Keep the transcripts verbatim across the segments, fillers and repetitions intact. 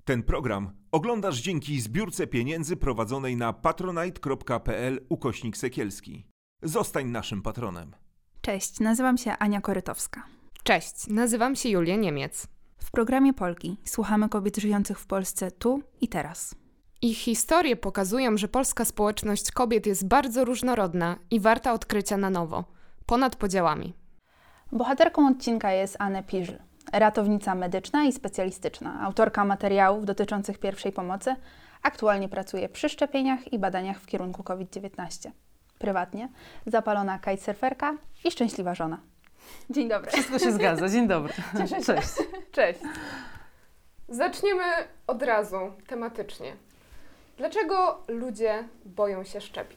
Ten program oglądasz dzięki zbiórce pieniędzy prowadzonej na patronite.pl ukośnik Sekielski. Zostań naszym patronem. Cześć, nazywam się Ania Korytowska. Cześć, nazywam się Julia Niemiec. W programie Polki słuchamy kobiet żyjących w Polsce tu i teraz. Ich historie pokazują, że polska społeczność kobiet jest bardzo różnorodna i warta odkrycia na nowo, ponad podziałami. Bohaterką odcinka jest Anne Piżl, ratownica medyczna i specjalistyczna, autorka materiałów dotyczących pierwszej pomocy. Aktualnie pracuje przy szczepieniach i badaniach w kierunku COVID dziewiętnaście. Prywatnie zapalona kitesurferka i szczęśliwa żona. Dzień dobry. Wszystko się zgadza. Dzień dobry. Cieszę się. Cześć. Cześć. Zaczniemy od razu, tematycznie. Dlaczego ludzie boją się szczepić?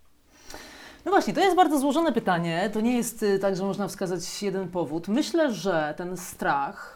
No właśnie, to jest bardzo złożone pytanie. To nie jest y, tak, że można wskazać jeden powód. Myślę, że ten strach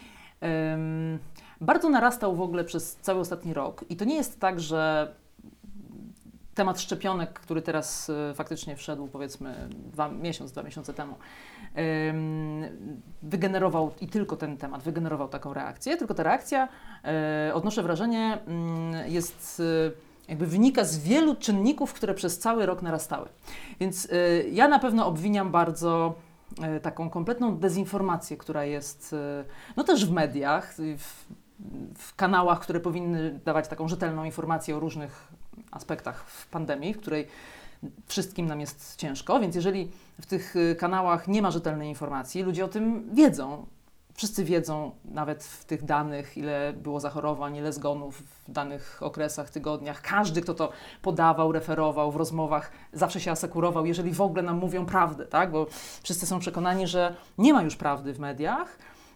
ym, bardzo narastał w ogóle przez cały ostatni rok. I to nie jest tak, że temat szczepionek, który teraz y, faktycznie wszedł, powiedzmy, dwa, miesiąc, dwa miesiące temu, ym, wygenerował, i tylko ten temat wygenerował taką reakcję, tylko ta reakcja, y, odnoszę wrażenie, y, jest... Y, jakby wynika z wielu czynników, które przez cały rok narastały. Więc y, ja na pewno obwiniam bardzo y, taką kompletną dezinformację, która jest y, no też w mediach, y, w, w kanałach, które powinny dawać taką rzetelną informację o różnych aspektach w pandemii, w której wszystkim nam jest ciężko, więc jeżeli w tych y, kanałach nie ma rzetelnej informacji, ludzie o tym wiedzą. Wszyscy wiedzą, nawet w tych danych, ile było zachorowań, ile zgonów w danych okresach, tygodniach. Każdy, kto to podawał, referował w rozmowach, zawsze się asekurował, jeżeli w ogóle nam mówią prawdę, tak? Bo wszyscy są przekonani, że nie ma już prawdy w mediach.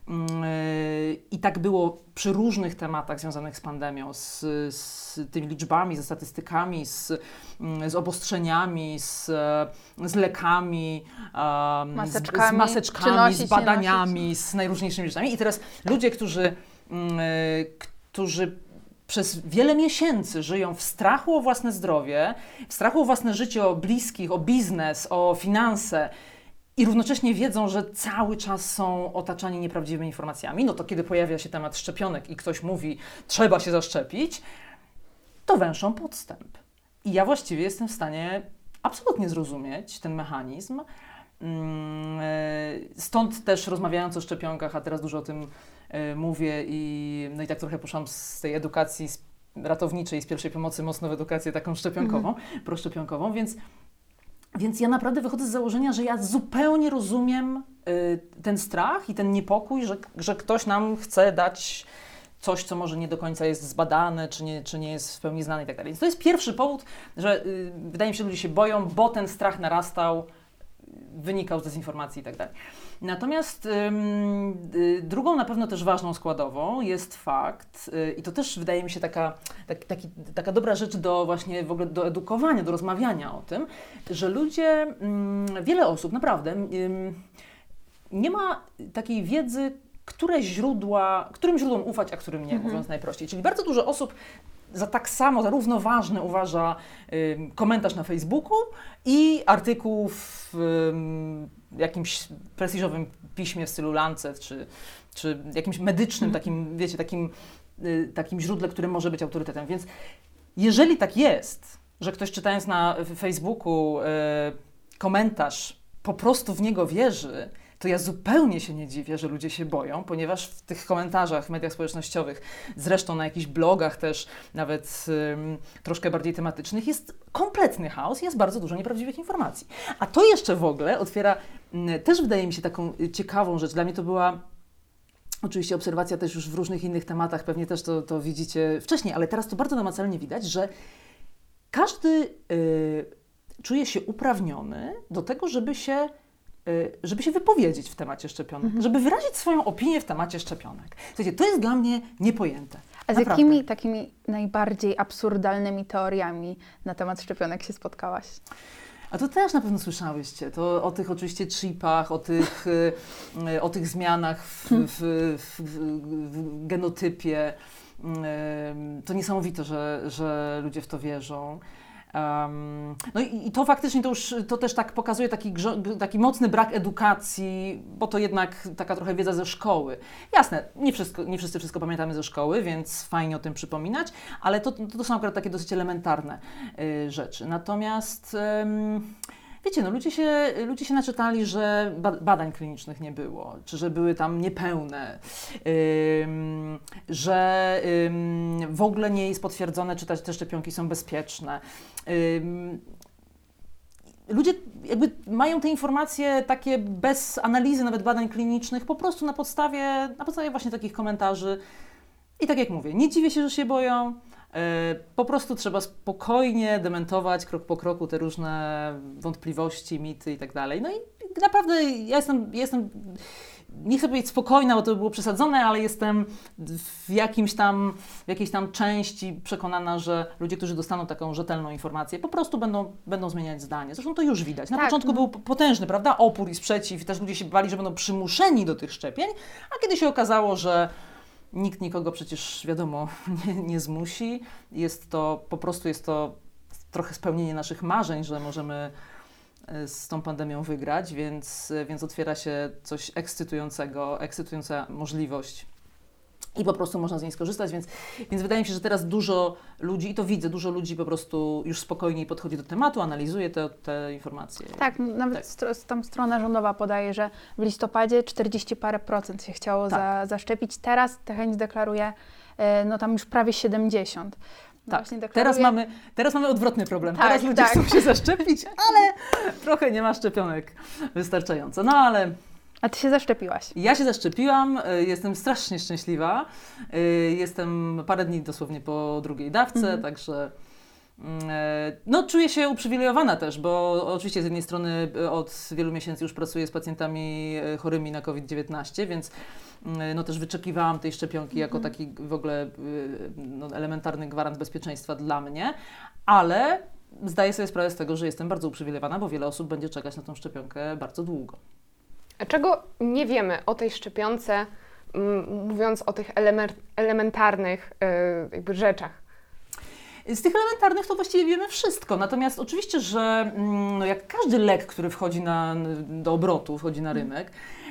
I tak było przy różnych tematach związanych z pandemią, z, z tymi liczbami, ze statystykami, z, z obostrzeniami, z, z lekami, um, maseczkami, z, z maseczkami, nosić, z badaniami, z najróżniejszymi rzeczami. I teraz ludzie, którzy, um, którzy przez wiele miesięcy żyją w strachu o własne zdrowie, w strachu o własne życie, o bliskich, o biznes, o finanse, i równocześnie wiedzą, że cały czas są otaczani nieprawdziwymi informacjami, no to kiedy pojawia się temat szczepionek i ktoś mówi, trzeba się zaszczepić, to węszą podstęp. I ja właściwie jestem w stanie absolutnie zrozumieć ten mechanizm. Stąd też rozmawiając o szczepionkach, a teraz dużo o tym mówię i, no i tak trochę poszłam z tej edukacji ratowniczej, z pierwszej pomocy mocno w edukację taką szczepionkową, mhm. proszczepionkową, więc Więc ja naprawdę wychodzę z założenia, że ja zupełnie rozumiem y, ten strach i ten niepokój, że, że ktoś nam chce dać coś, co może nie do końca jest zbadane, czy nie, czy nie jest w pełni znane i tak dalej. Więc to jest pierwszy powód, że y, wydaje mi się, że ludzie się boją, bo ten strach narastał, wynikał z dezinformacji i tak dalej. Natomiast ym, y, drugą na pewno też ważną składową jest fakt, y, i to też wydaje mi się taka, tak, taki, taka dobra rzecz do właśnie w ogóle do edukowania, do rozmawiania o tym, że ludzie, ym, wiele osób naprawdę ym, nie ma takiej wiedzy, które źródła, którym źródłom ufać, a którym nie, mhm. mówiąc najprościej. Czyli bardzo dużo osób za tak samo, za równoważny uważa y, komentarz na Facebooku i artykuł w y, jakimś prestiżowym piśmie w stylu Lancet, czy, czy jakimś medycznym, takim, wiecie, takim, y, takim źródle, które może być autorytetem. Więc jeżeli tak jest, że ktoś czytając na Facebooku y, komentarz po prostu w niego wierzy, to ja zupełnie się nie dziwię, że ludzie się boją, ponieważ w tych komentarzach w mediach społecznościowych, zresztą na jakichś blogach też, nawet um, troszkę bardziej tematycznych, jest kompletny chaos, jest bardzo dużo nieprawdziwych informacji. A to jeszcze w ogóle otwiera, m, też wydaje mi się taką ciekawą rzecz. Dla mnie to była oczywiście obserwacja też już w różnych innych tematach, pewnie też to, to widzicie wcześniej, ale teraz to bardzo namacalnie widać, że każdy y, czuje się uprawniony do tego, żeby się żeby się wypowiedzieć w temacie szczepionek, mhm. żeby wyrazić swoją opinię w temacie szczepionek. Słuchajcie, to jest dla mnie niepojęte. A z Naprawdę. jakimi takimi najbardziej absurdalnymi teoriami na temat szczepionek się spotkałaś? A to też na pewno słyszałyście. To o tych oczywiście chipach, o tych, o tych zmianach w, w, w, w genotypie. To niesamowite, że, że ludzie w to wierzą. Um, no i, i to faktycznie to już, to też tak pokazuje taki, grzo- taki mocny brak edukacji, bo to jednak taka trochę wiedza ze szkoły. Jasne, nie, wszystko, nie wszyscy wszystko pamiętamy ze szkoły, więc fajnie o tym przypominać, ale to, to, to są akurat takie dosyć elementarne y, rzeczy. Natomiast ym, wiecie, no ludzie się, ludzie się naczytali, że badań klinicznych nie było, czy że były tam niepełne, ym, że ym, w ogóle nie jest potwierdzone, czy te, te szczepionki są bezpieczne. Ym, ludzie jakby mają te informacje takie bez analizy nawet badań klinicznych, po prostu na podstawie, na podstawie właśnie takich komentarzy. I tak jak mówię, nie dziwię się, że się boją. Po prostu trzeba spokojnie dementować krok po kroku te różne wątpliwości, mity i tak dalej. No i naprawdę ja jestem, jestem, nie chcę powiedzieć spokojna, bo to by było przesadzone, ale jestem w jakimś tam, w jakiejś tam części przekonana, że ludzie, którzy dostaną taką rzetelną informację, po prostu będą, będą zmieniać zdanie. Zresztą to już widać. Na tak, początku no. był potężny, prawda, opór i sprzeciw i też ludzie się bali, że będą przymuszeni do tych szczepień, a kiedy się okazało, że nikt nikogo przecież, wiadomo, nie, nie zmusi. Jest to, po prostu jest to trochę spełnienie naszych marzeń, że możemy z tą pandemią wygrać, więc, więc otwiera się coś ekscytującego, ekscytująca możliwość i po prostu można z niej skorzystać, więc, więc wydaje mi się, że teraz dużo ludzi, i to widzę, dużo ludzi po prostu już spokojniej podchodzi do tematu, analizuje te, te informacje. Tak, nawet tak. Stro, tam strona rządowa podaje, że w listopadzie czterdzieści parę procent się chciało tak. za, zaszczepić, teraz tę chęć deklaruje no tam już prawie siedemdziesiąt. No tak, deklaruje... teraz, mamy, teraz mamy odwrotny problem. Tak, teraz ludzie tak. chcą się zaszczepić, ale trochę nie ma szczepionek wystarczająco. No ale... A ty się zaszczepiłaś? Ja się zaszczepiłam, jestem strasznie szczęśliwa. Jestem parę dni dosłownie po drugiej dawce, mhm. także no, czuję się uprzywilejowana też, bo oczywiście z jednej strony od wielu miesięcy już pracuję z pacjentami chorymi na COVID dziewiętnaście, więc no, też wyczekiwałam tej szczepionki jako taki w ogóle no, elementarny gwarant bezpieczeństwa dla mnie, ale zdaję sobie sprawę z tego, że jestem bardzo uprzywilejowana, bo wiele osób będzie czekać na tą szczepionkę bardzo długo. Czego nie wiemy o tej szczepionce, m, mówiąc o tych elemer- elementarnych y, jakby rzeczach? Z tych elementarnych to właściwie wiemy wszystko, natomiast oczywiście, że no jak każdy lek, który wchodzi na, do obrotu, wchodzi na rynek,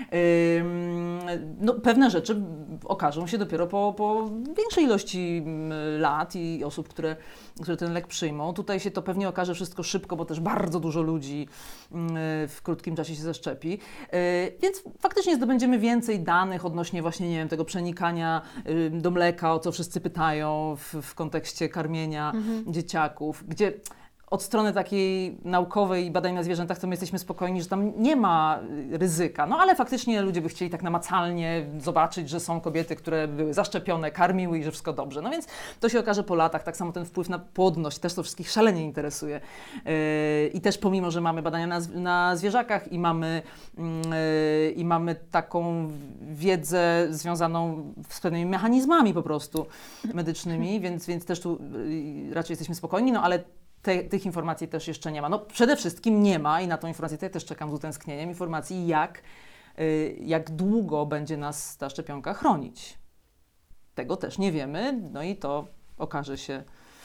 no pewne rzeczy okażą się dopiero po, po większej ilości lat i osób, które, które ten lek przyjmą. Tutaj się to pewnie okaże wszystko szybko, bo też bardzo dużo ludzi w krótkim czasie się zaszczepi. Więc faktycznie zdobędziemy więcej danych odnośnie właśnie, nie wiem, tego przenikania do mleka, o co wszyscy pytają w, w kontekście karmienia mhm. dzieciaków, gdzie od strony takiej naukowej i badań na zwierzętach to my jesteśmy spokojni, że tam nie ma ryzyka. No ale faktycznie ludzie by chcieli tak namacalnie zobaczyć, że są kobiety, które były zaszczepione, karmiły i że wszystko dobrze. No więc to się okaże po latach. Tak samo ten wpływ na płodność też to wszystkich szalenie interesuje. Yy, I też pomimo, że mamy badania na, na zwierzakach i mamy, yy, i mamy taką wiedzę związaną z pewnymi mechanizmami po prostu medycznymi, więc, więc też tu yy, raczej jesteśmy spokojni, no ale Te, tych informacji też jeszcze nie ma. No przede wszystkim nie ma i na tą informację to ja też czekam z utęsknieniem, informacji jak, y, jak długo będzie nas ta szczepionka chronić. Tego też nie wiemy, no i to okaże się,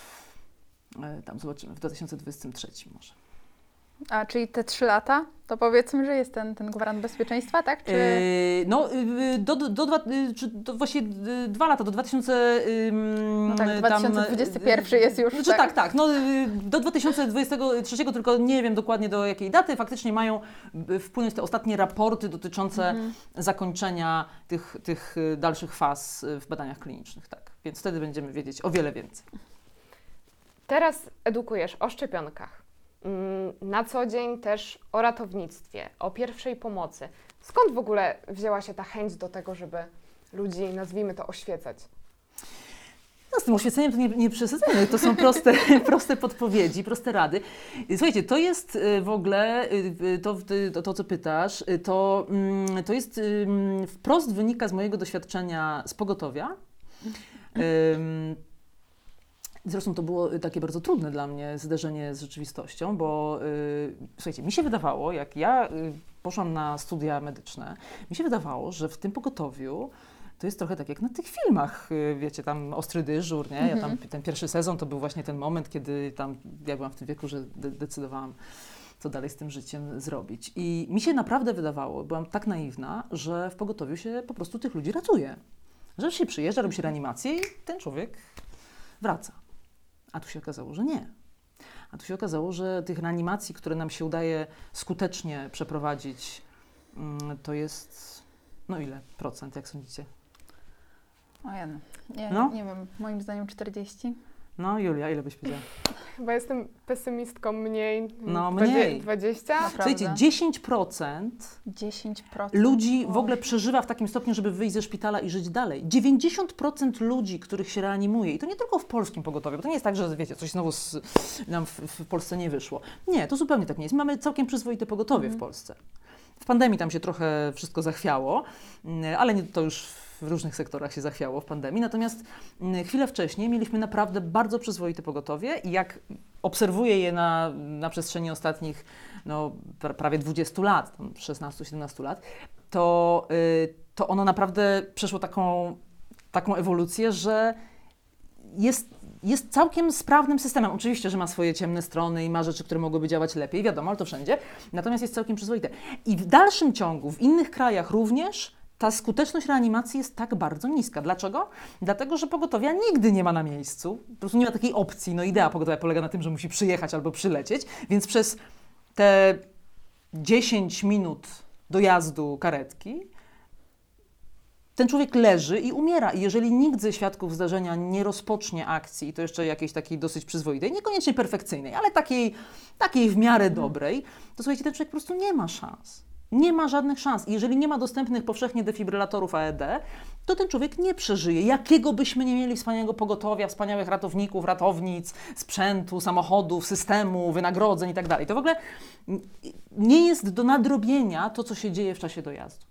y, tam zobaczymy, w dwa tysiące dwudziestym trzecim może. A, czyli te trzy lata, to powiedzmy, że jest ten, ten gwarant bezpieczeństwa, tak? Czy... Yy, no, yy, do, do, do, dwa, yy, czy do właściwie yy, dwa lata, do dwa tysiące... Yy, no tak, dwa tysiące dwudziesty pierwszy yy, jest już, yy, tak? Tak, tak, no yy, do dwa tysiące dwudziestego trzeciego, tylko nie wiem dokładnie do jakiej daty, faktycznie mają wpłynąć te ostatnie raporty dotyczące mhm. zakończenia tych, tych dalszych faz w badaniach klinicznych, tak. Więc wtedy będziemy wiedzieć o wiele więcej. Teraz edukujesz o szczepionkach. Na co dzień też o ratownictwie, o pierwszej pomocy. Skąd w ogóle wzięła się ta chęć do tego, żeby ludzi, nazwijmy to, oświecać? No z tym oświeceniem to nie, nie przesadzamy, to są proste, proste podpowiedzi, proste rady. Słuchajcie, to jest w ogóle, to, to, to co pytasz, to, to jest wprost wynika z mojego doświadczenia z pogotowia. Zresztą to było takie bardzo trudne dla mnie zderzenie z rzeczywistością, bo yy, słuchajcie, mi się wydawało, jak ja yy, poszłam na studia medyczne, mi się wydawało, że w tym pogotowiu to jest trochę tak jak na tych filmach, y, wiecie, tam Ostry dyżur, nie? Ja Mhm. tam, ten pierwszy sezon to był właśnie ten moment, kiedy tam ja byłam w tym wieku, że de- decydowałam, co dalej z tym życiem zrobić. I mi się naprawdę wydawało, byłam tak naiwna, że w pogotowiu się po prostu tych ludzi ratuje. Że się przyjeżdża, robi się reanimację i ten człowiek wraca. A tu się okazało, że nie. A tu się okazało, że tych reanimacji, które nam się udaje skutecznie przeprowadzić, mm, to jest, no ile procent, jak sądzicie? O ja, no. nie, No. nie wiem, moim zdaniem czterdzieści. No Julia, ile byś powiedziała? Chyba jestem pesymistką mniej. No, dwadzie- mniej. dwadzieścia? Naprawdę. Słuchajcie, dziesięć procent dziesięć procent. ludzi w O, ogóle przeżywa w takim stopniu, żeby wyjść ze szpitala i żyć dalej. dziewięćdziesiąt procent ludzi, których się reanimuje, i to nie tylko w polskim pogotowiu, bo to nie jest tak, że wiecie, coś znowu z, nam w, w Polsce nie wyszło. Nie, to zupełnie tak nie jest. Mamy całkiem przyzwoite pogotowie Mhm. w Polsce. W pandemii tam się trochę wszystko zachwiało, mm, ale nie, to już w różnych sektorach się zachwiało w pandemii. Natomiast mm, chwilę wcześniej mieliśmy naprawdę bardzo przyzwoite pogotowie i jak obserwuję je na, na przestrzeni ostatnich no, pra, prawie dwudziestu lat, tam szesnastu siedemnastu lat, to, y, to ono naprawdę przeszło taką, taką ewolucję, że jest, jest całkiem sprawnym systemem. Oczywiście, że ma swoje ciemne strony i ma rzeczy, które mogłyby działać lepiej, wiadomo, ale to wszędzie. Natomiast jest całkiem przyzwoite. I w dalszym ciągu, w innych krajach również, ta skuteczność reanimacji jest tak bardzo niska. Dlaczego? Dlatego, że pogotowia nigdy nie ma na miejscu. Po prostu nie ma takiej opcji. No idea pogotowia polega na tym, że musi przyjechać albo przylecieć, więc przez te dziesięć minut dojazdu karetki ten człowiek leży i umiera. I jeżeli nikt ze świadków zdarzenia nie rozpocznie akcji, i to jeszcze jakiejś takiej dosyć przyzwoitej, niekoniecznie perfekcyjnej, ale takiej, takiej w miarę dobrej, to słuchajcie, ten człowiek po prostu nie ma szans. Nie ma żadnych szans. I jeżeli nie ma dostępnych powszechnie defibrylatorów A E D, to ten człowiek nie przeżyje. Jakiego byśmy nie mieli wspaniałego pogotowia, wspaniałych ratowników, ratownic, sprzętu, samochodów, systemu, wynagrodzeń i tak dalej. To w ogóle nie jest do nadrobienia to, co się dzieje w czasie dojazdu.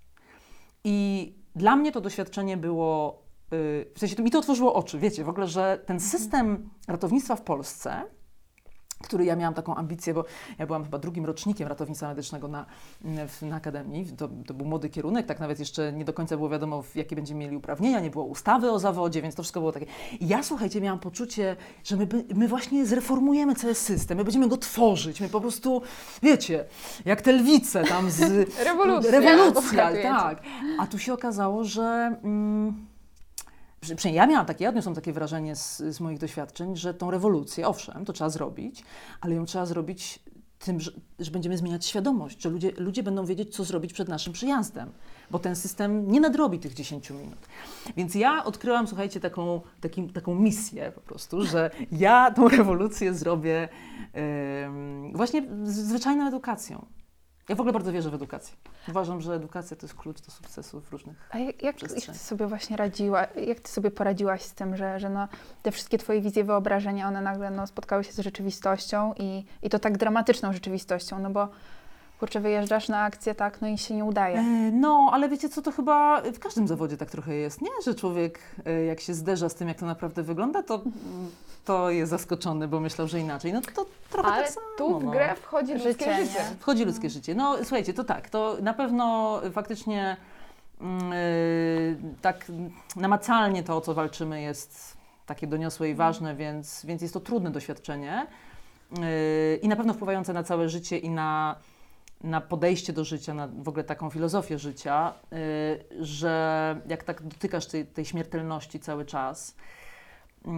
I dla mnie to doświadczenie było, yy, w sensie to mi to otworzyło oczy, wiecie, w ogóle, że ten system ratownictwa w Polsce, który ja miałam taką ambicję, bo ja byłam chyba drugim rocznikiem ratownictwa medycznego na, w, na akademii, to, to był młody kierunek, tak nawet jeszcze nie do końca było wiadomo, jakie będziemy mieli uprawnienia, nie było ustawy o zawodzie, więc to wszystko było takie. I ja, słuchajcie, miałam poczucie, że my, my właśnie zreformujemy cały system, my będziemy go tworzyć, my po prostu, wiecie, jak te lwice tam z... Rewolucja. Rewolucja, tak. A tu się okazało, że... Mm, Przynajmniej ja miałam takie, ja odniosłam takie wrażenie z, z moich doświadczeń, że tą rewolucję, owszem, to trzeba zrobić, ale ją trzeba zrobić tym, że, że będziemy zmieniać świadomość, że ludzie, ludzie będą wiedzieć, co zrobić przed naszym przyjazdem, bo ten system nie nadrobi tych dziesięciu minut. Więc ja odkryłam, słuchajcie, taką, takim, taką misję po prostu, że ja tą rewolucję zrobię yy, właśnie z zwyczajną edukacją. Ja w ogóle bardzo wierzę w edukację. Uważam, że edukacja to jest klucz do sukcesu w różnych A jak, jak, jak przestrzeniach. ty sobie właśnie radziła, jak ty sobie poradziłaś z tym, że, że no, te wszystkie twoje wizje, wyobrażenia, one nagle no, spotkały się z rzeczywistością i, i to tak dramatyczną rzeczywistością, no bo kurczę, wyjeżdżasz na akcję, tak, no i się nie udaje. E, No, ale wiecie co, to chyba w każdym zawodzie tak trochę jest, nie? Że człowiek e, jak się zderza z tym, jak to naprawdę wygląda, to, to jest zaskoczony, bo myślał, że inaczej. No to trochę Ale tak samo. tu w no. grę wchodzi ludzkie Życie, nie? życie. Wchodzi ludzkie życie. No słuchajcie, to tak, to na pewno faktycznie mm, y, tak namacalnie to, o co walczymy, jest takie doniosłe i ważne, więc, więc jest to trudne doświadczenie y, i na pewno wpływające na całe życie i na, na podejście do życia, na w ogóle taką filozofię życia, y, że jak tak dotykasz tej, tej śmiertelności cały czas, y,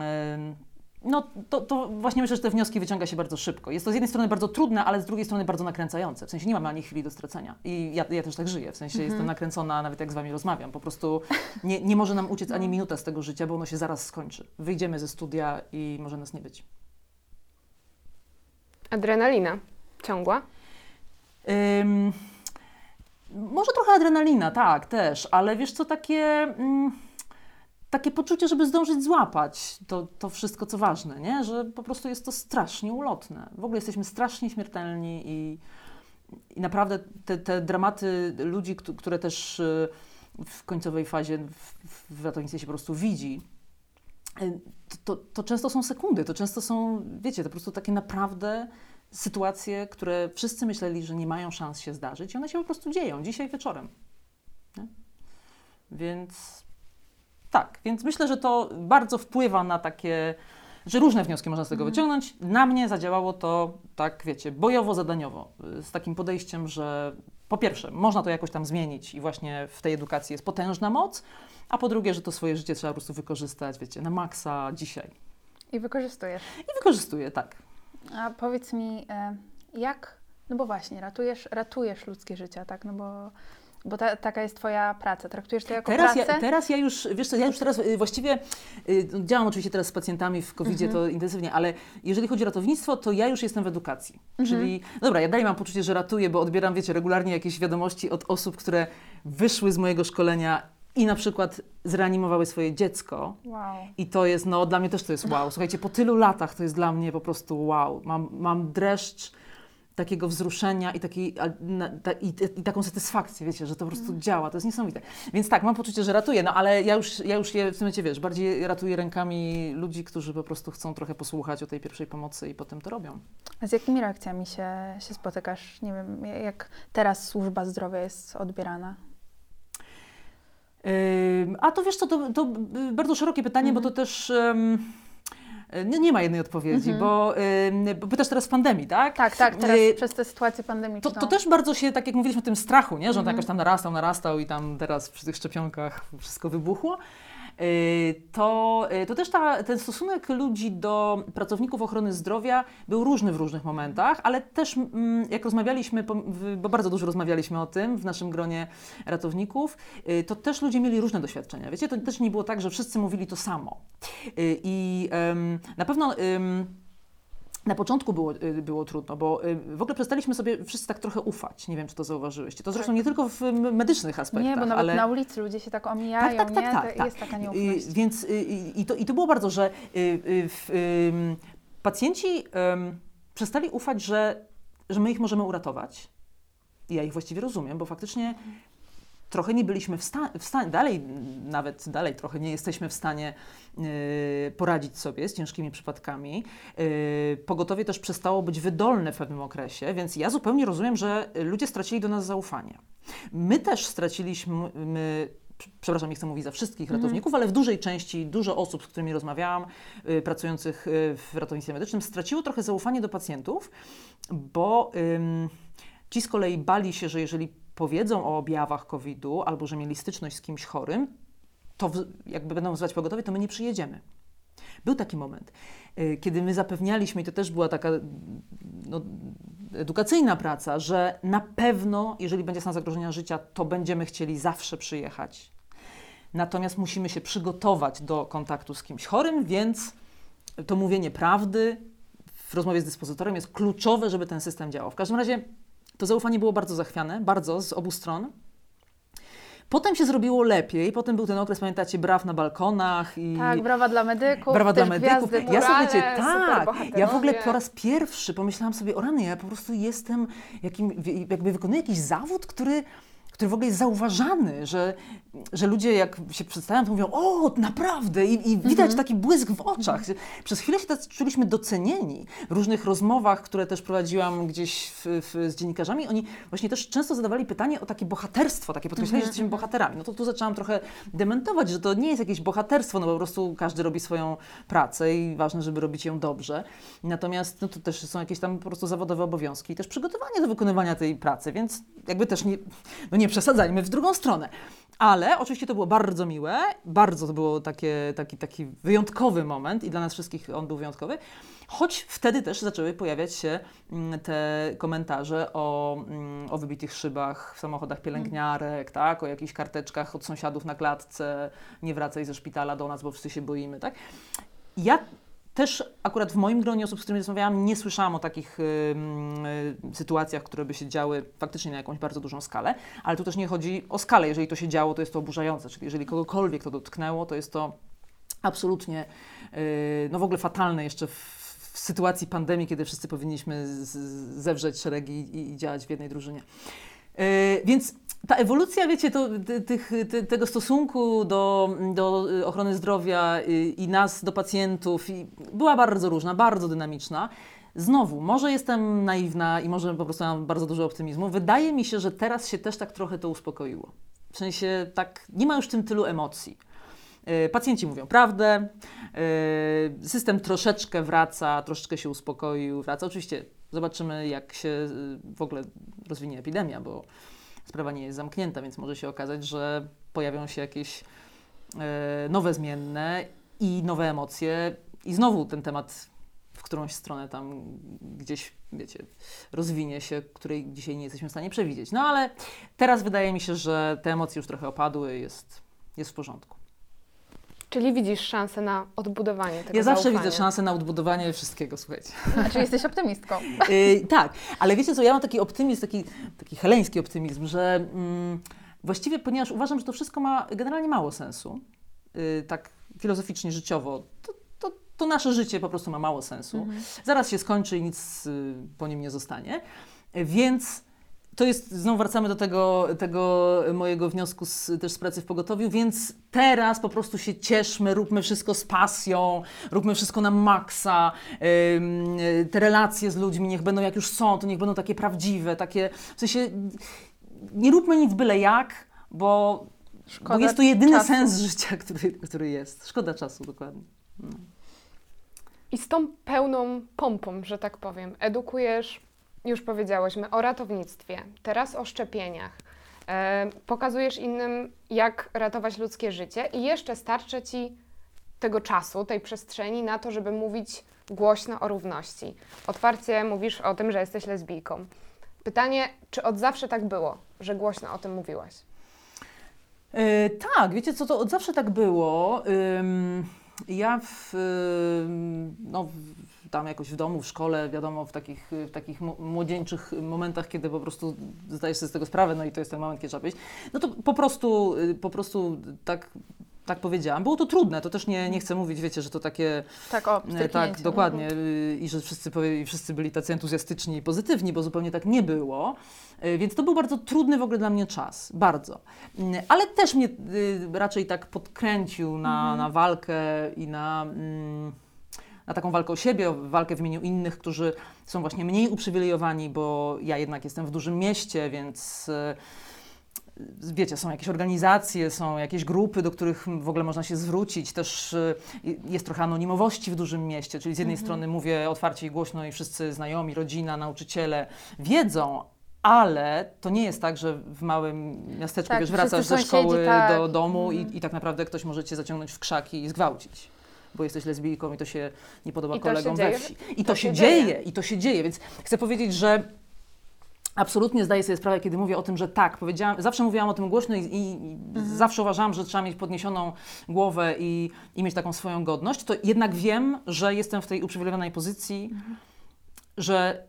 no to, to właśnie myślę, że te wnioski wyciąga się bardzo szybko. Jest to z jednej strony bardzo trudne, ale z drugiej strony bardzo nakręcające. W sensie nie mamy ani chwili do stracenia. I ja, ja też tak żyję. W sensie Mhm. jestem nakręcona, nawet jak z wami rozmawiam. Po prostu nie, nie może nam uciec ani minuta z tego życia, bo ono się zaraz skończy. Wyjdziemy ze studia i może nas nie być. Adrenalina ciągła. Ym, może trochę adrenalina, tak, też, ale wiesz co, takie... Mm, takie poczucie, żeby zdążyć złapać to, to wszystko, co ważne, nie? Że po prostu jest to strasznie ulotne. W ogóle jesteśmy strasznie śmiertelni i, i naprawdę te, te dramaty ludzi, k- które też y, w końcowej fazie w, w ratownictwie się po prostu widzi, y, to, to, to często są sekundy, to często są, wiecie, to po prostu takie naprawdę sytuacje, które wszyscy myśleli, że nie mają szans się zdarzyć i one się po prostu dzieją dzisiaj wieczorem. Nie? Więc tak, więc myślę, że to bardzo wpływa na takie, że różne wnioski można z tego Mhm. wyciągnąć. Na mnie zadziałało to tak, wiecie, bojowo-zadaniowo, z takim podejściem, że po pierwsze, można to jakoś tam zmienić i właśnie w tej edukacji jest potężna moc, a po drugie, że to swoje życie trzeba po prostu wykorzystać, wiecie, na maksa dzisiaj. I wykorzystujesz. I wykorzystuję, tak. A powiedz mi, e, jak, no bo właśnie, ratujesz, ratujesz ludzkie życia, tak, no bo, bo ta, taka jest Twoja praca, traktujesz to jako Teraz pracę? ja, teraz ja już, wiesz co, ja już teraz y, właściwie y, działam oczywiście teraz z pacjentami w kowidzie, Mhm. to intensywnie, ale jeżeli chodzi o ratownictwo, to ja już jestem w edukacji. Mhm. Czyli, no dobra, ja dalej mam poczucie, że ratuję, bo odbieram, wiecie, regularnie jakieś wiadomości od osób, które wyszły z mojego szkolenia i na przykład zreanimowały swoje dziecko. Wow. I to jest, no dla mnie też to jest wow. Słuchajcie, po tylu latach to jest dla mnie po prostu wow. Mam, mam dreszcz takiego wzruszenia i, takiej, a, na, ta, i, i taką satysfakcję, wiecie, że to po prostu działa. To jest niesamowite. Więc tak, mam poczucie, że ratuję, no ale ja już, ja już je w tym momencie, wiesz, bardziej ratuję rękami ludzi, którzy po prostu chcą trochę posłuchać o tej pierwszej pomocy i potem to robią. A z jakimi reakcjami się, się spotykasz? Nie wiem, jak teraz służba zdrowia jest odbierana? Ym, a to wiesz co, to, to y, bardzo szerokie pytanie, Mhm. bo to też ym, nie, nie ma jednej odpowiedzi, Mhm. bo, ym, bo pytasz teraz w pandemii, tak? Tak, tak, teraz Y, przez tę sytuację pandemiczną. To, to też bardzo się, tak jak mówiliśmy o tym strachu, nie? Że on Mhm. jakoś tam narastał, narastał i tam teraz przy tych szczepionkach wszystko wybuchło. Yy, To, yy, to też ta, ten stosunek ludzi do pracowników ochrony zdrowia był różny w różnych momentach, ale też mm, jak rozmawialiśmy, po- w- bo bardzo dużo rozmawialiśmy o tym w naszym gronie ratowników, yy, to też ludzie mieli różne doświadczenia. Wiecie, to też nie było tak, że wszyscy mówili to samo. Yy, I ym, na pewno... Ym, Na początku było, y, było trudno, bo y, w ogóle przestaliśmy sobie wszyscy tak trochę ufać. Nie wiem, czy to zauważyłyście. To zresztą Tak. nie tylko w m, medycznych aspektach, Nie, bo nawet ale... na ulicy ludzie się tak omijają, Tak, tak, tak, nie? tak, Te- tak. Jest taka Y, nieufność. Więc y, i, to, i to było bardzo, że y, y, w, ym, pacjenci ym, przestali ufać, że, że my ich możemy uratować. I ja ich właściwie rozumiem, bo faktycznie trochę nie byliśmy w, sta- w stanie, dalej, nawet dalej trochę nie jesteśmy w stanie y, poradzić sobie z ciężkimi przypadkami. Y, pogotowie też przestało być wydolne w pewnym okresie, więc ja zupełnie rozumiem, że ludzie stracili do nas zaufanie. My też straciliśmy, my, przepraszam, nie chcę mówić za wszystkich Mhm. ratowników, ale w dużej części dużo osób, z którymi rozmawiałam, y, pracujących y, w ratownictwie medycznym, straciło trochę zaufanie do pacjentów, bo ym, ci z kolei bali się, że jeżeli powiedzą o objawach kowida albo że mieli styczność z kimś chorym, to w, jakby będą wzywać pogotowie, to my nie przyjedziemy. Był taki moment, y, kiedy my zapewnialiśmy, i to też była taka no, edukacyjna praca, że na pewno, jeżeli będzie stan zagrożenia życia, to będziemy chcieli zawsze przyjechać. Natomiast musimy się przygotować do kontaktu z kimś chorym, więc to mówienie prawdy w rozmowie z dyspozytorem jest kluczowe, żeby ten system działał. W każdym razie to zaufanie było bardzo zachwiane, bardzo z obu stron. Potem się zrobiło lepiej, potem był ten okres, pamiętacie, braw na balkonach i... Tak, brawa dla medyków, Brawa też dla medyków. gwiazdy. Ja murale, słuchajcie, tak, superbohaterowie. ja w ogóle po raz pierwszy pomyślałam sobie, o rany, ja po prostu jestem, jakim, jakby wykonuję jakiś zawód, który, który w ogóle jest zauważany, że, że ludzie jak się przedstawiają, to mówią, o, naprawdę, i, i widać Mhm. taki błysk w oczach. Przez chwilę się tak czuliśmy docenieni. W różnych rozmowach, które też prowadziłam gdzieś w, w, z dziennikarzami, oni właśnie też często zadawali pytanie o takie bohaterstwo, takie podkreślenie, że jesteśmy bohaterami. No to tu zaczęłam trochę dementować, że to nie jest jakieś bohaterstwo, no po prostu każdy robi swoją pracę i ważne, żeby robić ją dobrze. Natomiast no to też są jakieś tam po prostu zawodowe obowiązki i też przygotowanie do wykonywania tej pracy, więc jakby też nie, no nie przesadzajmy w drugą stronę. Ale oczywiście to było bardzo miłe, bardzo to było takie, taki, taki wyjątkowy moment i dla nas wszystkich on był wyjątkowy, choć wtedy też zaczęły pojawiać się mm, te komentarze o, mm, o wybitych szybach w samochodach pielęgniarek, tak, o jakichś karteczkach od sąsiadów na klatce, nie wracaj ze szpitala do nas, bo wszyscy się boimy, tak. Ja też akurat w moim gronie osób, z którymi rozmawiałam, nie słyszałam o takich y, y, sytuacjach, które by się działy faktycznie na jakąś bardzo dużą skalę, ale tu też nie chodzi o skalę. Jeżeli to się działo, to jest to oburzające, czyli jeżeli kogokolwiek to dotknęło, to jest to absolutnie, y, no w ogóle fatalne jeszcze w, w sytuacji pandemii, kiedy wszyscy powinniśmy z, zewrzeć szeregi i, i działać w jednej drużynie. Y, więc ta ewolucja, wiecie, to, ty, tych, ty, tego stosunku do, do ochrony zdrowia i, i nas, do pacjentów, i była bardzo różna, bardzo dynamiczna. Znowu, może jestem naiwna i może po prostu mam bardzo dużo optymizmu. Wydaje mi się, że teraz się też tak trochę to uspokoiło. W sensie tak, nie ma już w tym tylu emocji. Pacjenci mówią prawdę, system troszeczkę wraca, troszeczkę się uspokoił, wraca. Oczywiście zobaczymy, jak się w ogóle rozwinie epidemia, bo sprawa nie jest zamknięta, więc może się okazać, że pojawią się jakieś nowe zmienne i nowe emocje i znowu ten temat w którąś stronę tam gdzieś, wiecie, rozwinie się, której dzisiaj nie jesteśmy w stanie przewidzieć. No ale teraz wydaje mi się, że te emocje już trochę opadły i jest, jest w porządku. Czyli widzisz szansę na odbudowanie tego Ja zawsze zaufania. widzę szansę na odbudowanie wszystkiego, słuchajcie. Znaczy jesteś optymistką. Yy, tak, ale wiecie co, ja mam taki optymizm, taki, taki heleński optymizm, że mm, właściwie, ponieważ uważam, że to wszystko ma generalnie mało sensu, yy, tak filozoficznie, życiowo, to, to, to nasze życie po prostu ma mało sensu. Mhm. Zaraz się skończy i nic yy, po nim nie zostanie, yy, więc... To jest, znowu wracamy do tego, tego mojego wniosku z, też z pracy w pogotowiu, więc teraz po prostu się cieszmy, róbmy wszystko z pasją, róbmy wszystko na maksa, yy, te relacje z ludźmi niech będą jak już są, to niech będą takie prawdziwe, takie, w sensie nie róbmy nic byle jak, bo, bo jest to jedyny czasu. sens życia, który, który jest. Szkoda czasu, dokładnie. No. I z tą pełną pompą, że tak powiem, edukujesz, już powiedziałyśmy, o ratownictwie, teraz o szczepieniach, e, pokazujesz innym, jak ratować ludzkie życie i jeszcze starczy Ci tego czasu, tej przestrzeni na to, żeby mówić głośno o równości. Otwarcie mówisz o tym, że jesteś lesbijką. Pytanie, czy od zawsze tak było, że głośno o tym mówiłaś? Yy, tak, wiecie co, to od zawsze tak było. Ym, ja w, yy, no, w, tam jakoś w domu, w szkole, wiadomo, w takich, w takich młodzieńczych momentach, kiedy po prostu zdajesz sobie z tego sprawę, no i to jest ten moment, kiedy trzeba być, no to po prostu, po prostu tak, tak powiedziałam. Było to trudne, to też nie, nie chcę mówić, wiecie, że to takie... Tak, o, tak, dokładnie. I że wszyscy, powie, wszyscy byli tacy entuzjastyczni i pozytywni, bo zupełnie tak nie było. Więc to był bardzo trudny w ogóle dla mnie czas, bardzo. Ale też mnie raczej tak podkręcił na, mhm. na walkę i na... Mm, na taką walkę o siebie, walkę w imieniu innych, którzy są właśnie mniej uprzywilejowani, bo ja jednak jestem w dużym mieście, więc wiecie, są jakieś organizacje, są jakieś grupy, do których w ogóle można się zwrócić. Też jest trochę anonimowości w dużym mieście, czyli z jednej mhm. strony mówię otwarcie i głośno i wszyscy znajomi, rodzina, nauczyciele wiedzą, ale to nie jest tak, że w małym miasteczku tak, wiesz, wracasz ze sąsiedzi, szkoły tak. do domu mhm. i, i tak naprawdę ktoś może cię zaciągnąć w krzaki i zgwałcić, bo jesteś lesbijką i to się nie podoba I kolegom we wsi. I to, to się, się dzieje, dzieje, i to się dzieje, więc chcę powiedzieć, że absolutnie zdaję sobie sprawę, kiedy mówię o tym, że tak, powiedziałam, zawsze mówiłam o tym głośno i, i mhm. zawsze uważałam, że trzeba mieć podniesioną głowę i, i mieć taką swoją godność, to jednak wiem, że jestem w tej uprzywilejowanej pozycji, mhm. że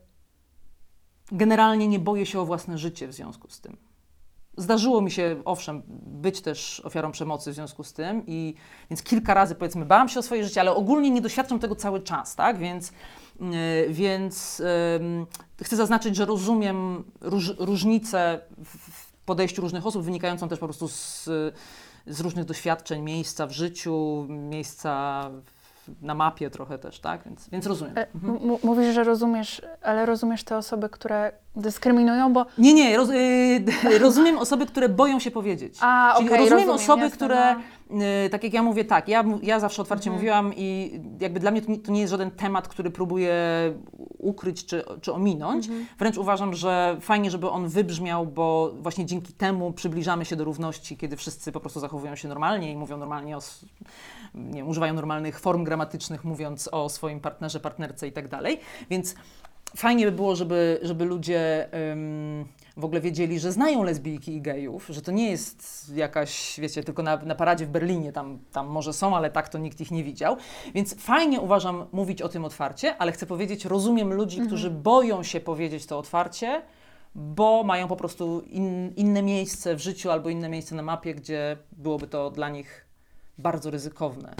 generalnie nie boję się o własne życie w związku z tym. Zdarzyło mi się, owszem, być też ofiarą przemocy w związku z tym i więc kilka razy, powiedzmy, bałam się o swoje życie, ale ogólnie nie doświadczam tego cały czas, tak? Więc, yy, więc yy, chcę zaznaczyć, że rozumiem róż, różnice w podejściu różnych osób, wynikającą też po prostu z, z różnych doświadczeń, miejsca w życiu, miejsca w, na mapie trochę też, tak? Więc, więc rozumiem. Mhm. M- mówisz, że rozumiesz, ale rozumiesz te osoby, które dyskryminują, bo... Nie, nie, roz, yy, rozumiem osoby, które boją się powiedzieć. A, Czyli okay, rozumiem, rozumiem osoby, jasne, które, no. yy, tak jak ja mówię, tak, ja, ja zawsze otwarcie mhm. mówiłam i jakby dla mnie to nie, to nie jest żaden temat, który próbuję ukryć czy, czy ominąć. Mhm. Wręcz uważam, że fajnie, żeby on wybrzmiał, bo właśnie dzięki temu przybliżamy się do równości, kiedy wszyscy po prostu zachowują się normalnie i mówią normalnie o... nie wiem, używają normalnych form gramatycznych, mówiąc o swoim partnerze, partnerce i tak dalej. Więc fajnie by było, żeby, żeby ludzie ym, w ogóle wiedzieli, że znają lesbijki i gejów, że to nie jest jakaś, wiecie, tylko na, na paradzie w Berlinie, tam, tam może są, ale tak to nikt ich nie widział. Więc fajnie uważam mówić o tym otwarcie, ale chcę powiedzieć, rozumiem ludzi, mhm. którzy boją się powiedzieć to otwarcie, bo mają po prostu in, inne miejsce w życiu albo inne miejsce na mapie, gdzie byłoby to dla nich bardzo ryzykowne.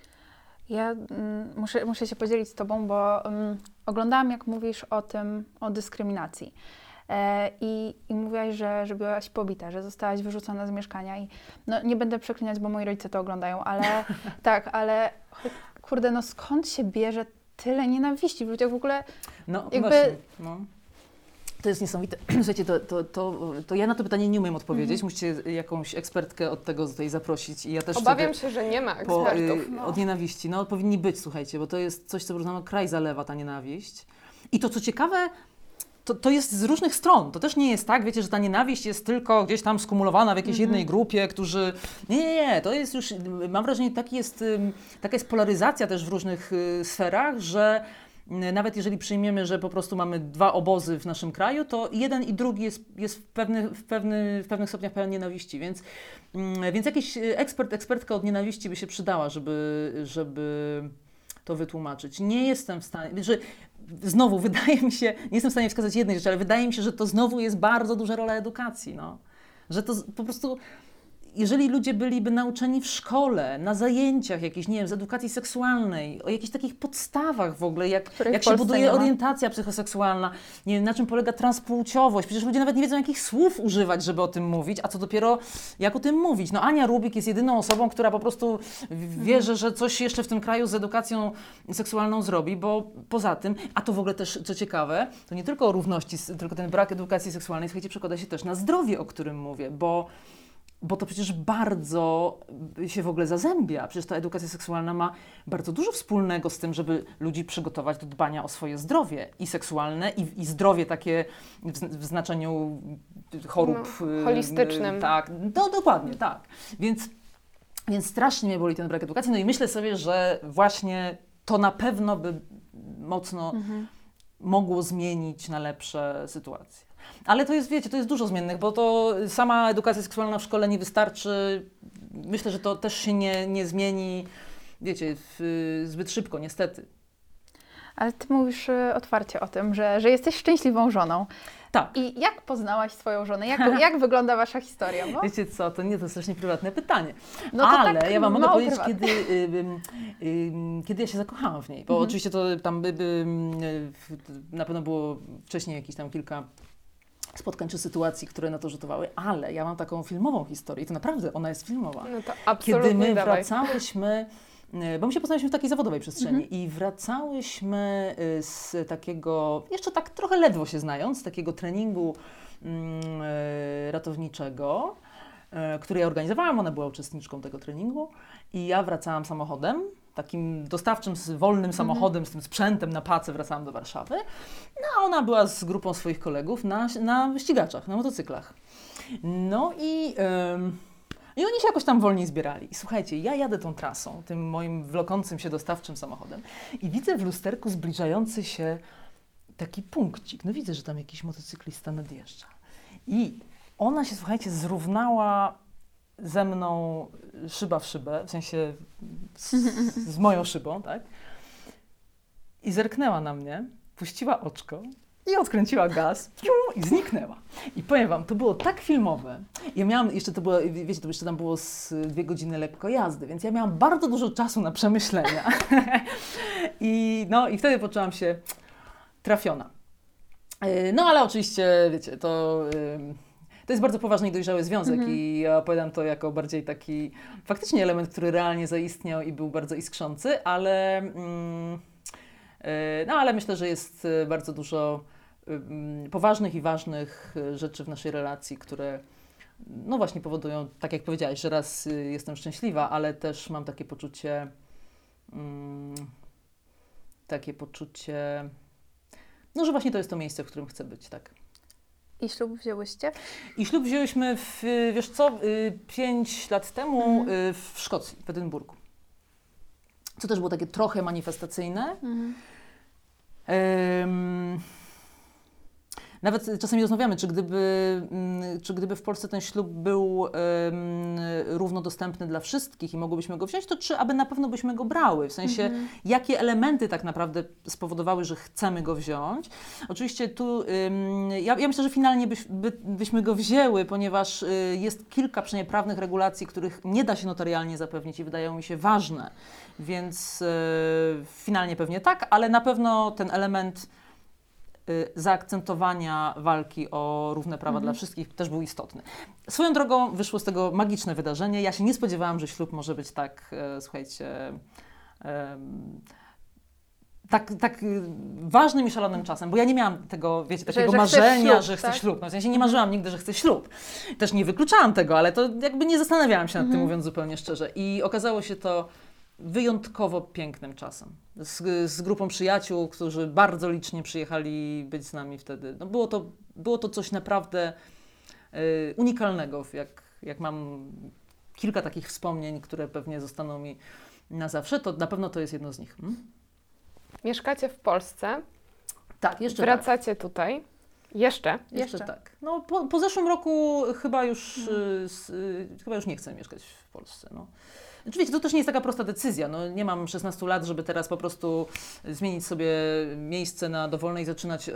Ja mm, muszę, muszę się podzielić z Tobą, bo mm, oglądałam, jak mówisz o tym, o dyskryminacji. E, i, I mówiłaś, że, że byłaś pobita, że zostałaś wyrzucona z mieszkania i no, nie będę przeklinać, bo moi rodzice to oglądają, ale tak, ale kurde, no skąd się bierze tyle nienawiści w ludziach w ogóle? No jakby... właśnie, no. To jest niesamowite. Słuchajcie, to, to, to, to ja na to pytanie nie umiem odpowiedzieć. Mhm. Musicie jakąś ekspertkę od tego tutaj zaprosić. I ja też Obawiam wtedy się, że nie ma po, ekspertów. y, No. od nienawiści. No powinni być, słuchajcie, bo to jest coś, co nam kraj zalewa, ta nienawiść. I to, co ciekawe, to, to jest z różnych stron. To też nie jest tak, wiecie, że ta nienawiść jest tylko gdzieś tam skumulowana w jakiejś Mhm. jednej grupie, którzy... Nie, nie, nie. To jest już, mam wrażenie, taki jest, ym, taka jest polaryzacja też w różnych y, sferach, że nawet jeżeli przyjmiemy, że po prostu mamy dwa obozy w naszym kraju, to jeden i drugi jest, jest w, pewny, w, pewny, w pewnych stopniach pełen nienawiści, więc, więc jakiś ekspert, ekspertka od nienawiści by się przydała, żeby, żeby to wytłumaczyć. Nie jestem w stanie, że znowu wydaje mi się, nie jestem w stanie wskazać jednej rzeczy, ale wydaje mi się, że to znowu jest bardzo duża rola edukacji, no. Że to po prostu... Jeżeli ludzie byliby nauczeni w szkole, na zajęciach jakichś, nie wiem, z edukacji seksualnej, o jakichś takich podstawach w ogóle, jak, Których jak w się Polsce buduje nie ma. orientacja psychoseksualna, nie wiem, na czym polega transpłciowość. Przecież ludzie nawet nie wiedzą, jakich słów używać, żeby o tym mówić, a co dopiero jak o tym mówić. No Ania Rubik jest jedyną osobą, która po prostu wierzy, że coś jeszcze w tym kraju z edukacją seksualną zrobi, bo poza tym, a to w ogóle też, co ciekawe, to nie tylko o równości, tylko ten brak edukacji seksualnej, słuchajcie, przekłada się też na zdrowie, o którym mówię, bo Bo to przecież bardzo się w ogóle zazębia. Przecież ta edukacja seksualna ma bardzo dużo wspólnego z tym, żeby ludzi przygotować do dbania o swoje zdrowie i seksualne, i, i zdrowie takie w, w znaczeniu chorób... No, holistycznym. Y, tak, no dokładnie, tak. Więc, więc strasznie mnie boli ten brak edukacji. No i myślę sobie, że właśnie to na pewno by mocno Mhm. mogło zmienić na lepsze sytuacje. Ale to jest, wiecie, to jest dużo zmiennych, bo to sama edukacja seksualna w szkole nie wystarczy. Myślę, że to też się nie, nie zmieni, wiecie, w, zbyt szybko, niestety. Ale ty mówisz y, otwarcie o tym, że, że jesteś szczęśliwą żoną. Tak. I jak poznałaś swoją żonę? Jak, jak wygląda wasza historia? Bo... Wiecie co, to nie, to strasznie prywatne pytanie. No to ale tak ja wam mogę mało powiedzieć, prywatne. kiedy, y, y, y, kiedy ja się zakochałam w niej. Bo Mhm. oczywiście to tam by, by, y, na pewno było wcześniej jakieś tam kilka spotkań czy sytuacji, które na to rzutowały, ale ja mam taką filmową historię i to naprawdę ona jest filmowa. No to absolutnie Kiedy my dawaj. wracałyśmy, y, bo my się poznaliśmy w takiej zawodowej przestrzeni Mhm. i wracałyśmy y, z takiego, jeszcze tak trochę ledwo się znając, z takiego treningu mm, y, ratowniczego, y, który ja organizowałam, ona była uczestniczką tego treningu i ja wracałam samochodem, takim dostawczym, z wolnym samochodem, z tym sprzętem na pacę wracałam do Warszawy. No a ona była z grupą swoich kolegów na, na ścigaczach, na motocyklach. No i, ym, i oni się jakoś tam wolniej zbierali. I słuchajcie, ja jadę tą trasą, tym moim wlokącym się dostawczym samochodem i widzę w lusterku zbliżający się taki punkcik. No widzę, że tam jakiś motocyklista nadjeżdża. I ona się, słuchajcie, zrównała ze mną szyba w szybę, w sensie z, z moją szybą, tak? I zerknęła na mnie, puściła oczko i odkręciła gaz i zniknęła. I powiem wam, to było tak filmowe. Ja miałam, jeszcze to było, wiecie, to jeszcze tam było z dwie godziny lekko jazdy, więc ja miałam bardzo dużo czasu na przemyślenia. I, no, i wtedy poczułam się trafiona. No ale oczywiście, wiecie, to... To jest bardzo poważny i dojrzały związek Mhm. i ja opowiadam to jako bardziej taki faktycznie element, który realnie zaistniał i był bardzo iskrzący, ale, mm, yy, no, ale myślę, że jest bardzo dużo yy, poważnych i ważnych rzeczy w naszej relacji, które no właśnie powodują, tak jak powiedziałaś, że raz yy, jestem szczęśliwa, ale też mam takie poczucie, yy, takie poczucie, no że właśnie to jest to miejsce, w którym chcę być, tak. I ślub wzięłyście? I ślub wzięłyśmy, w, wiesz co, y, pięć lat temu Mhm. y, w Szkocji, w Edynburgu. Co też było takie trochę manifestacyjne. Mhm. Ym, nawet czasami rozmawiamy, czy gdyby, mm, czy gdyby w Polsce ten ślub był ym, równo dostępny dla wszystkich i mogłybyśmy go wziąć, to czy aby na pewno byśmy go brały? W sensie, Mhm. jakie elementy tak naprawdę spowodowały, że chcemy go wziąć? Oczywiście tu, ym, ja, ja myślę, że finalnie byś, by, byśmy go wzięły, ponieważ y, jest kilka przynajmniej prawnych regulacji, których nie da się notarialnie zapewnić i wydają mi się ważne, więc y, finalnie pewnie tak, ale na pewno ten element y, zaakcentowania walki o równe prawa Mhm. dla wszystkich też był istotny. Swoją drogą wyszło z tego magiczne wydarzenie. Ja się nie spodziewałam, że ślub może być tak, e, słuchajcie, em, tak, tak ważnym i szalonym czasem, bo ja nie miałam tego, wiecie, takiego że marzenia, ślub, że chcę tak? ślub. No, w sensie nie marzyłam nigdy, że chcę ślub. Też nie wykluczałam tego, ale to jakby nie zastanawiałam się nad tym, mówiąc zupełnie szczerze. I okazało się to wyjątkowo pięknym czasem. Z, z grupą przyjaciół, którzy bardzo licznie przyjechali być z nami wtedy. No było to, było to coś naprawdę y, unikalnego, jak, jak mam kilka takich wspomnień, które pewnie zostaną mi na zawsze, to na pewno to jest jedno z nich. Hmm? Mieszkacie w Polsce, Tak, jeszcze wracacie tak. tutaj. Jeszcze? Jeszcze, Jeszcze. tak. No, po, po zeszłym roku chyba już, y, s, y, chyba już nie chcę mieszkać w Polsce. No. Oczywiście to też nie jest taka prosta decyzja. No, nie mam szesnastu lat, żeby teraz po prostu zmienić sobie miejsce na dowolne i zaczynać y,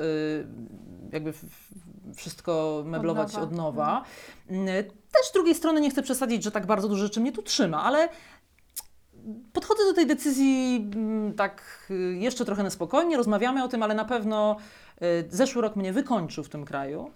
jakby f, wszystko meblować Od od nowa. nowa. Y, Też z drugiej strony nie chcę przesadzić, że tak bardzo dużo rzeczy mnie tu trzyma, ale podchodzę do tej decyzji mm, tak y, jeszcze trochę na spokojnie, rozmawiamy o tym, ale na pewno y, zeszły rok mnie wykończył w tym kraju.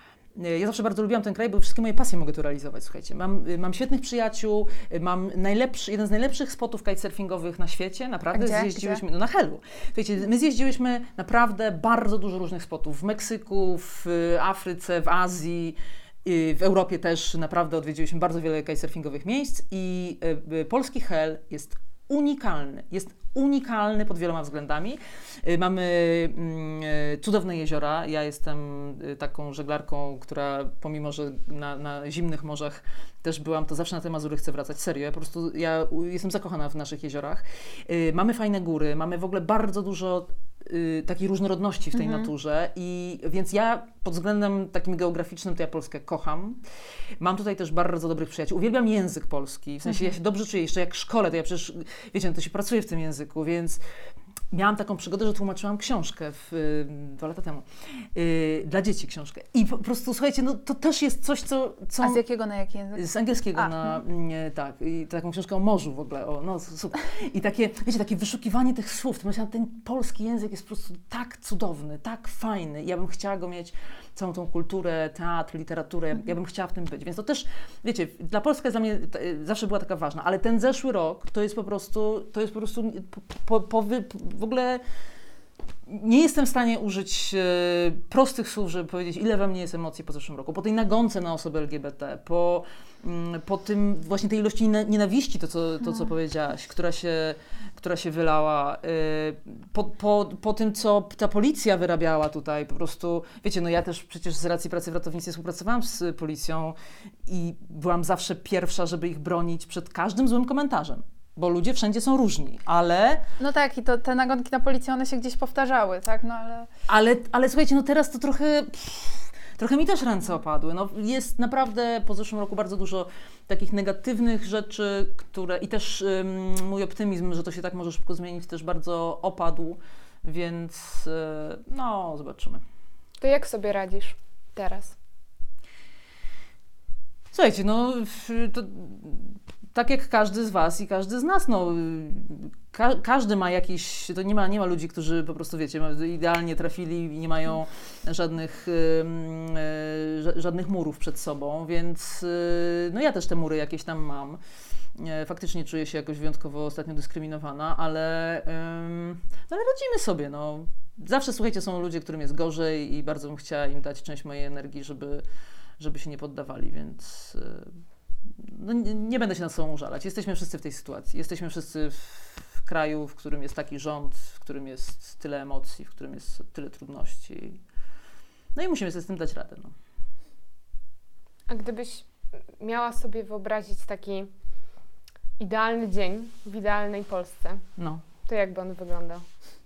Y, Ja zawsze bardzo lubiłam ten kraj, bo wszystkie moje pasje mogę tu realizować, słuchajcie. Mam, y, mam świetnych przyjaciół, y, mam najlepszy, jeden z najlepszych spotów kitesurfingowych na świecie, naprawdę. A gdzie? Zjeździłyśmy, Gdzie? no na Helu. Słuchajcie, my zjeździłyśmy naprawdę bardzo dużo różnych spotów w Meksyku, w y, Afryce, w Azji. Y, W Europie też naprawdę odwiedziliśmy bardzo wiele kitesurfingowych miejsc i y, y, polski Hel jest unikalny. Jest unikalny pod wieloma względami. Y, Mamy mm, y, cudowne jeziora. Ja jestem y, taką żeglarką, która pomimo, że na, na zimnych morzach też byłam, to zawsze na te Mazury chcę wracać. Serio, ja po prostu ja u- jestem zakochana w naszych jeziorach. Y, Mamy fajne góry, mamy w ogóle bardzo dużo y, takiej różnorodności w tej naturze i więc ja pod względem takim geograficznym to ja Polskę kocham. Mam tutaj też bardzo dobrych przyjaciół. Uwielbiam język polski, w sensie ja się dobrze czuję, jeszcze jak w szkole, to ja przecież, wiecie, no to się pracuje w tym języku, więc miałam taką przygodę, że tłumaczyłam książkę w, y, dwa lata temu, y, dla dzieci książkę i po prostu, słuchajcie, no to też jest coś, co... co A z jakiego na jaki język? z angielskiego A, na, nie, tak, i taką książkę o morzu w ogóle, o, no super. I takie, wiecie, takie wyszukiwanie tych słów, to myślałam, ten polski język jest po prostu tak cudowny, tak fajny. Ja bym chciała go mieć, całą tą kulturę, teatr, literaturę, ja bym chciała w tym być. Więc to też, wiecie, dla Polska jest dla mnie t- zawsze była taka ważna, ale ten zeszły rok to jest po prostu, to jest po prostu po, po, po, wy- w ogóle... Nie jestem w stanie użyć e, prostych słów, żeby powiedzieć, ile we mnie jest emocji po zeszłym roku. Po tej nagonce na osoby L G B T, po, mm, po tym właśnie tej ilości niena- nienawiści, to co, to, co powiedziałaś, która się, która się wylała, e, po, po, po tym, co ta policja wyrabiała tutaj, po prostu, wiecie, no ja też przecież z racji pracy w ratownictwie współpracowałam z policją i byłam zawsze pierwsza, żeby ich bronić przed każdym złym komentarzem. Bo ludzie wszędzie są różni, ale, No tak, i to te nagonki na policję, one się gdzieś powtarzały, tak? No ale... ale, ale słuchajcie, no teraz to trochę, pff, trochę mi też ręce opadły. No, jest naprawdę po zeszłym roku bardzo dużo takich negatywnych rzeczy, które i też ym, mój optymizm, że to się tak może szybko zmienić, też bardzo opadł, więc yy, no zobaczymy. To jak sobie radzisz teraz? Słuchajcie, no w- to, tak jak każdy z was i każdy z nas, no ka- każdy ma jakiś, to nie ma, nie ma ludzi, którzy po prostu, wiecie, ma- idealnie trafili i nie mają żadnych, ym, y, ża- żadnych murów przed sobą, więc y, no ja też te mury jakieś tam mam. E, Faktycznie czuję się jakoś wyjątkowo ostatnio dyskryminowana, ale, ym, no ale radzimy sobie, no. Zawsze, słuchajcie, są ludzie, którym jest gorzej i bardzo bym chciała im dać część mojej energii, żeby, żeby się nie poddawali, więc y, no, nie, nie będę się nad sobą użalać. Jesteśmy wszyscy w tej sytuacji. Jesteśmy wszyscy w, w kraju, w którym jest taki rząd, w którym jest tyle emocji, w którym jest tyle trudności. No i musimy sobie z tym dać radę. No. A gdybyś miała sobie wyobrazić taki idealny dzień w idealnej Polsce, No. to jak by on wyglądał?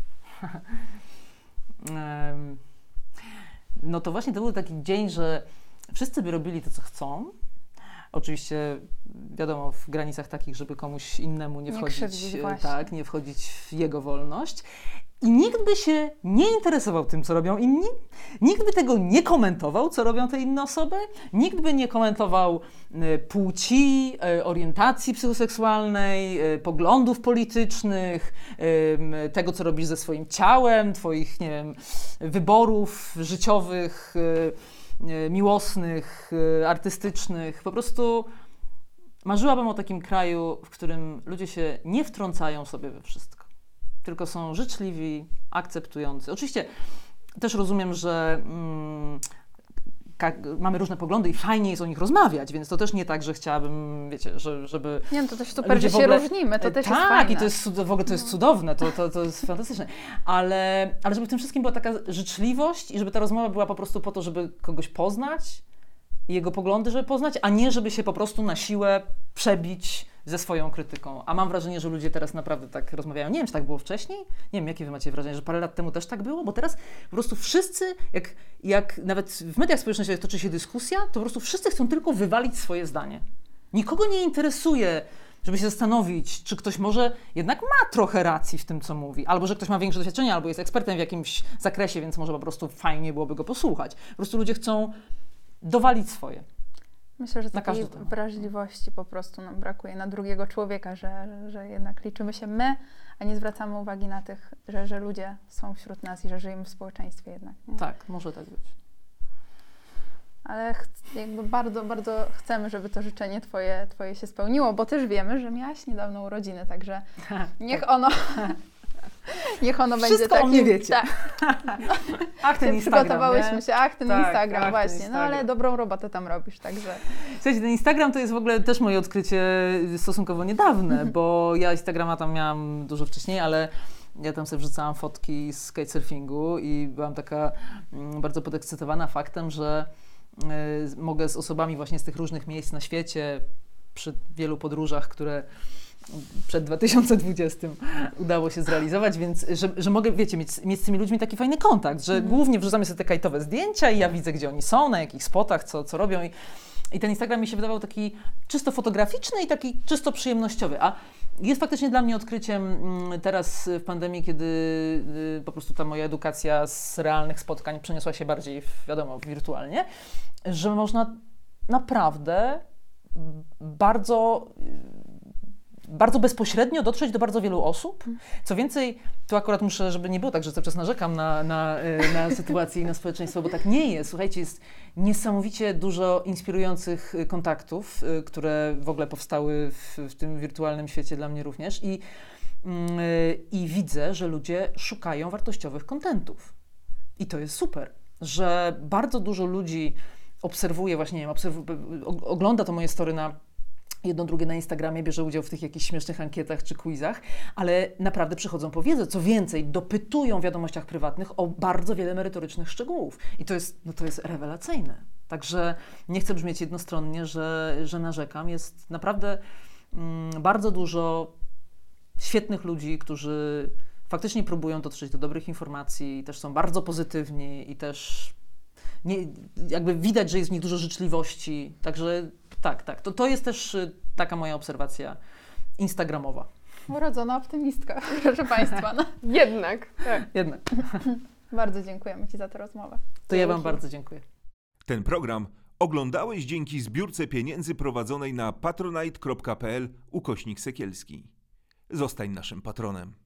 Em, No to właśnie to był taki dzień, że wszyscy by robili to, co chcą. Oczywiście, wiadomo, w granicach takich, żeby komuś innemu nie Nie wchodzić, krzywdzić, e, właśnie. tak, nie wchodzić w jego wolność. I nikt by się nie interesował tym, co robią inni. Nikt by tego nie komentował, co robią te inne osoby. Nikt by nie komentował e, płci, e, orientacji psychoseksualnej, e, poglądów politycznych, em, tego, co robisz ze swoim ciałem, twoich, nie wiem, wyborów życiowych, e, e, miłosnych, e, artystycznych. Po prostu marzyłabym o takim kraju, w którym ludzie się nie wtrącają sobie we wszystko. tylko są życzliwi, akceptujący. Oczywiście też rozumiem, że mm, mamy różne poglądy i fajnie jest o nich rozmawiać, więc to też nie tak, że chciałabym, wiecie, że, żeby... Nie, no to też super, że się ogóle... różnimy, to też tak, jest fajne. Tak, i to jest, w ogóle to jest cudowne, to, to, to jest fantastyczne, ale, ale żeby w tym wszystkim była taka życzliwość i żeby ta rozmowa była po prostu po to, żeby kogoś poznać i jego poglądy, żeby poznać, a nie żeby się po prostu na siłę przebić ze swoją krytyką. A mam wrażenie, że ludzie teraz naprawdę tak rozmawiają. Nie wiem, czy tak było wcześniej. Nie wiem, jakie wy macie wrażenie, że parę lat temu też tak było, bo teraz po prostu wszyscy, jak, jak nawet w mediach społecznościowych toczy się dyskusja, to po prostu wszyscy chcą tylko wywalić swoje zdanie. Nikogo nie interesuje, żeby się zastanowić, czy ktoś może jednak ma trochę racji w tym, co mówi, albo że ktoś ma większe doświadczenie, albo jest ekspertem w jakimś zakresie, więc może po prostu fajnie byłoby go posłuchać. Po prostu ludzie chcą dowalić swoje. Myślę, że takiej wrażliwości po prostu nam brakuje na drugiego człowieka, że, że jednak liczymy się my, a nie zwracamy uwagi na tych, że, że ludzie są wśród nas i że żyjemy w społeczeństwie jednak. Nie? Tak, może tak być. Ale ch- jakby bardzo, bardzo chcemy, żeby to życzenie twoje, twoje się spełniło, bo też wiemy, że miałaś niedawno urodziny, także niech ono... Niech ono Wszystko będzie takim... o mnie wiecie. Tak. Ach, ten Instagram, przygotowałyśmy nie? się, ach, ten tak, Instagram, ach, właśnie. ten Instagram. No ale dobrą robotę tam robisz, także... Słuchajcie, ten Instagram to jest w ogóle też moje odkrycie stosunkowo niedawne, bo ja Instagrama tam miałam dużo wcześniej, ale ja tam sobie wrzucałam fotki z kitesurfingu i byłam taka mm, bardzo podekscytowana faktem, że y, mogę z osobami właśnie z tych różnych miejsc na świecie, przy wielu podróżach, które przed dwa tysiące dwudziestym udało się zrealizować, więc że, że mogę, wiecie, mieć, mieć z tymi ludźmi taki fajny kontakt, że mm. głównie wrzucamy sobie te kajtowe zdjęcia i ja widzę, gdzie oni są, na jakich spotach, co, co robią i, i ten Instagram mi się wydawał taki czysto fotograficzny i taki czysto przyjemnościowy, a jest faktycznie dla mnie odkryciem teraz w pandemii, kiedy po prostu ta moja edukacja z realnych spotkań przeniosła się bardziej, w, wiadomo, wirtualnie, że można naprawdę bardzo bardzo bezpośrednio dotrzeć do bardzo wielu osób. Co więcej, tu akurat muszę, żeby nie było tak, że cały czas narzekam na, na, na sytuację i na społeczeństwo, bo tak nie jest. Słuchajcie, jest niesamowicie dużo inspirujących kontaktów, które w ogóle powstały w, w tym wirtualnym świecie dla mnie również i, i widzę, że ludzie szukają wartościowych kontentów. I to jest super, że bardzo dużo ludzi obserwuje właśnie, nie wiem, obserw- ogląda to moje story na jedno, drugie na Instagramie, bierze udział w tych jakichś śmiesznych ankietach czy quizach, ale naprawdę przychodzą po wiedzę. Co więcej, dopytują w wiadomościach prywatnych o bardzo wiele merytorycznych szczegółów. I to jest, no to jest rewelacyjne. Także nie chcę brzmieć jednostronnie, że, że narzekam. Jest naprawdę mm, bardzo dużo świetnych ludzi, którzy faktycznie próbują dotrzeć do dobrych informacji i też są bardzo pozytywni i też nie, jakby widać, że jest w nich dużo życzliwości. Także tak, tak. To, to jest też taka moja obserwacja instagramowa. Urodzona optymistka, proszę Państwa. No. Jednak. Tak. Jednak. Bardzo dziękujemy Ci za tę rozmowę. To ja Wam bardzo dziękuję. Ten program oglądałeś dzięki zbiórce pieniędzy prowadzonej na patronite kropka p l ukośnik Sekielski. Zostań naszym patronem.